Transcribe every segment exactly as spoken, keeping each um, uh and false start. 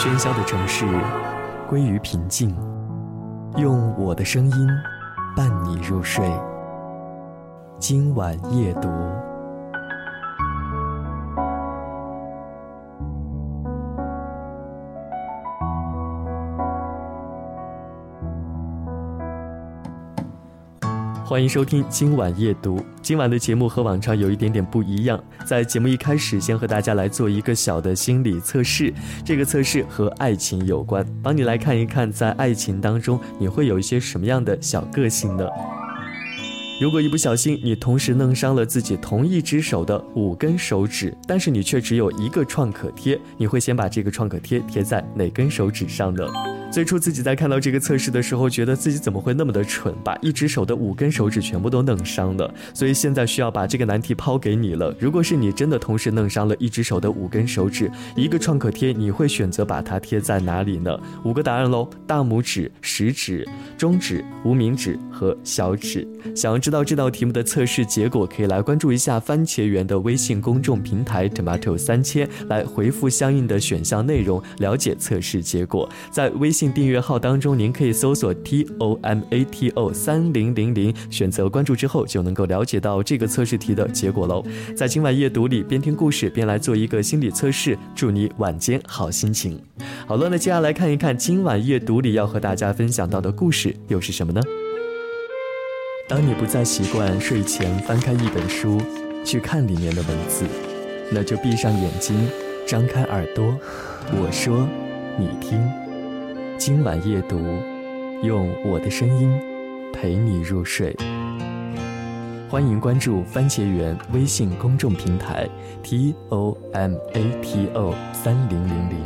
喧嚣的城市归于平静，用我的声音伴你入睡。今晚夜读。欢迎收听今晚夜读。今晚的节目和往常有一点点不一样，在节目一开始先和大家来做一个小的心理测试，这个测试和爱情有关，帮你来看一看在爱情当中你会有一些什么样的小个性呢？如果一不小心你同时弄伤了自己同一只手的五根手指，但是你却只有一个创可贴，你会先把这个创可贴贴在哪根手指上呢？最初自己在看到这个测试的时候，觉得自己怎么会那么的蠢，把一只手的五根手指全部都弄伤了。所以现在需要把这个难题抛给你了。如果是你真的同时弄伤了一只手的五根手指，一个创可贴你会选择把它贴在哪里呢？五个答案咯：大拇指、食指、中指、无名指和小指。想要知道这道题目的测试结果，可以来关注一下番茄园的微信公众平台 Tomato 三千，来回复相应的选项内容，了解测试结果。在微信订阅号当中，您可以搜索 T O M A T O 三零零零，选择关注之后就能够了解到这个测试题的结果喽。在今晚夜读里，边听故事边来做一个心理测试，祝你晚间好心情。好了，那接下来看一看今晚夜读里要和大家分享到的故事又是什么呢？当你不再习惯睡前翻开一本书去看里面的文字，那就闭上眼睛，张开耳朵，我说你听。今晚夜读，用我的声音陪你入睡。欢迎关注番茄园微信公众平台 T O M A T O 三零零零。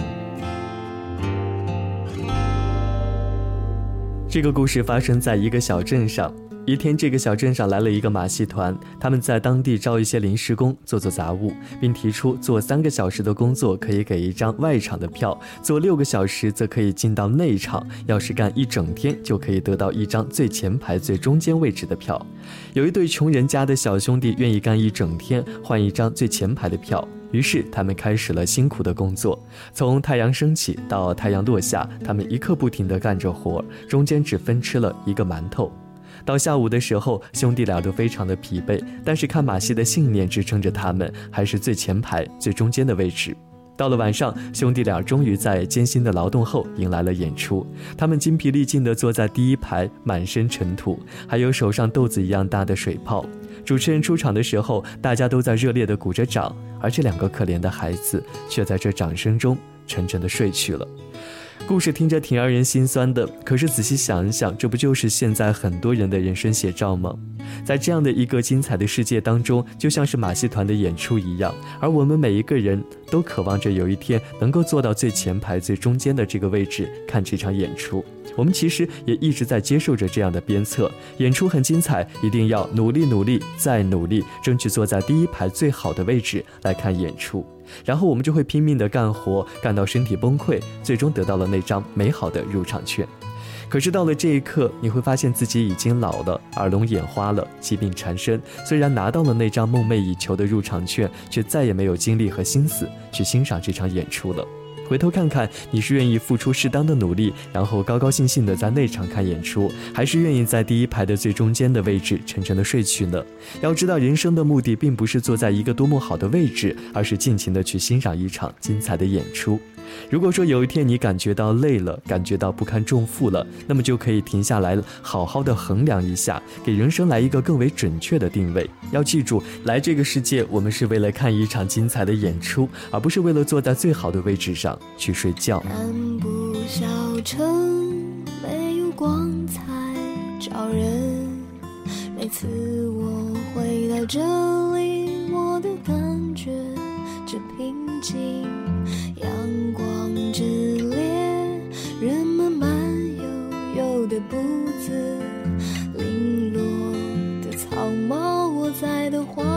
这个故事发生在一个小镇上。一天，这个小镇上来了一个马戏团，他们在当地招一些临时工做做杂物，并提出做三个小时的工作可以给一张外场的票，做六个小时则可以进到内场，要是干一整天就可以得到一张最前排最中间位置的票。有一对穷人家的小兄弟愿意干一整天换一张最前排的票，于是他们开始了辛苦的工作。从太阳升起到太阳落下，他们一刻不停地干着活，中间只分吃了一个馒头。到下午的时候，兄弟俩都非常的疲惫，但是看马戏的信念支撑着他们，还是最前排最中间的位置。到了晚上，兄弟俩终于在艰辛的劳动后迎来了演出。他们筋疲力尽地坐在第一排，满身尘土，还有手上豆子一样大的水泡。主持人出场的时候，大家都在热烈地鼓着掌，而这两个可怜的孩子却在这掌声中沉沉地睡去了。故事听着挺让人心酸的，可是仔细想一想，这不就是现在很多人的人生写照吗？在这样的一个精彩的世界当中，就像是马戏团的演出一样，而我们每一个人都渴望着有一天能够坐到最前排最中间的这个位置看这场演出。我们其实也一直在接受着这样的鞭策，演出很精彩，一定要努力努力再努力，争取坐在第一排最好的位置来看演出。然后我们就会拼命地干活，干到身体崩溃，最终得到了那张美好的入场券。可是到了这一刻，你会发现自己已经老了，耳聋眼花了，疾病缠身，虽然拿到了那张梦寐以求的入场券，却再也没有精力和心思去欣赏这场演出了。回头看看，你是愿意付出适当的努力，然后高高兴兴的在内场看演出，还是愿意在第一排的最中间的位置沉沉的睡去呢？要知道，人生的目的并不是坐在一个多么好的位置，而是尽情的去欣赏一场精彩的演出。如果说有一天你感觉到累了，感觉到不堪重负了，那么就可以停下来，好好的衡量一下，给人生来一个更为准确的定位。要记住，来这个世界，我们是为了看一场精彩的演出，而不是为了坐在最好的位置上去睡觉。 漫步小城，没有光彩照人，每次我回到这里，我都感觉这平静。阳光之烈，人们慢悠悠的步子，零落的草帽，我栽的花，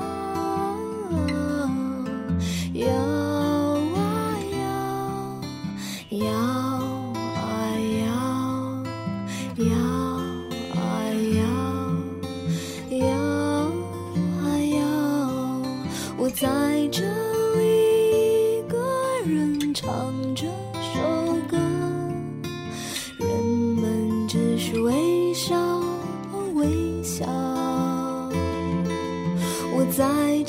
摇啊摇，摇啊摇，摇啊摇，摇啊摇，我在这里唱着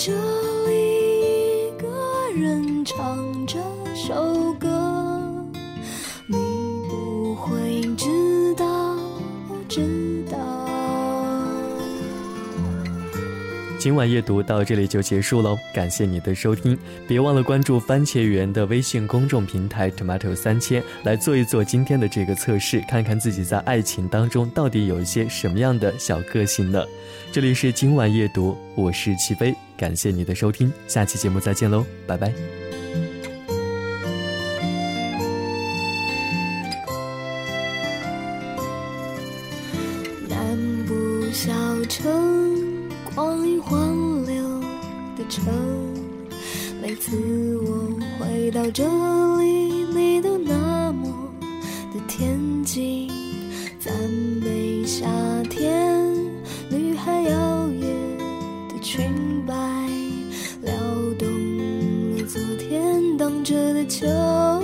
这里一个人唱这首歌，你不会知道，知道。 今晚阅读到这里就结束喽，感谢你的收听，别忘了关注番茄园的微信公众平台 Tomato 三千，来做一做今天的这个测试，看看自己在爱情当中到底有一些什么样的小个性呢？这里是今晚阅读，我是齐飞，感谢你的收听，下期节目再见喽，拜拜。 南部小城，光阴荒流的城，每次我回到这里，你都那么的恬静，赞美夏天，女孩摇曳的裙摆，撩动了昨天荡着的秋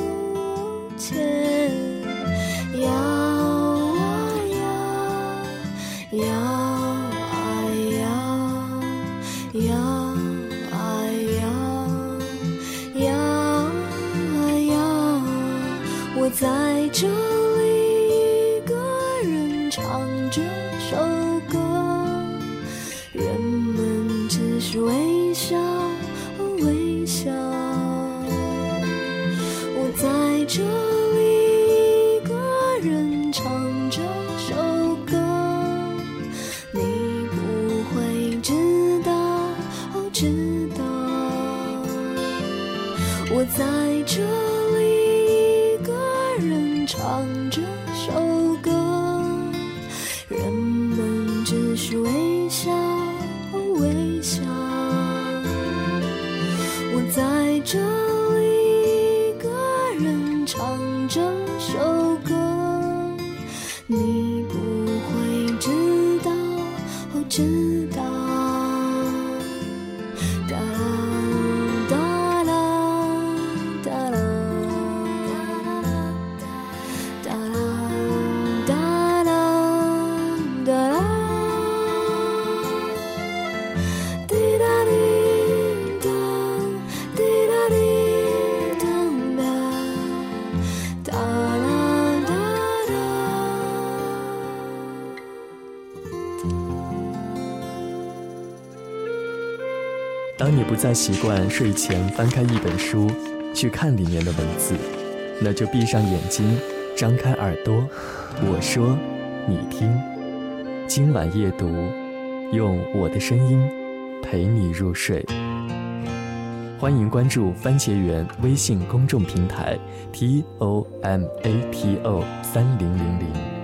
千，摇啊摇，摇摇啊摇，摇啊摇，我在这里一个人唱这首歌，人们只是微笑微笑，我在这里一个人唱这首歌，你不会知道知道，我在这里一个人唱这首歌，人们只是微笑微笑，我在这里一个人唱这首歌，你不会知道知道。 当你不再习惯睡前翻开一本书去看里面的文字，那就闭上眼睛，张开耳朵，我说你听，今晚夜读，用我的声音陪你入睡。欢迎关注番茄园微信公众平台 T O M A T O 三零零零。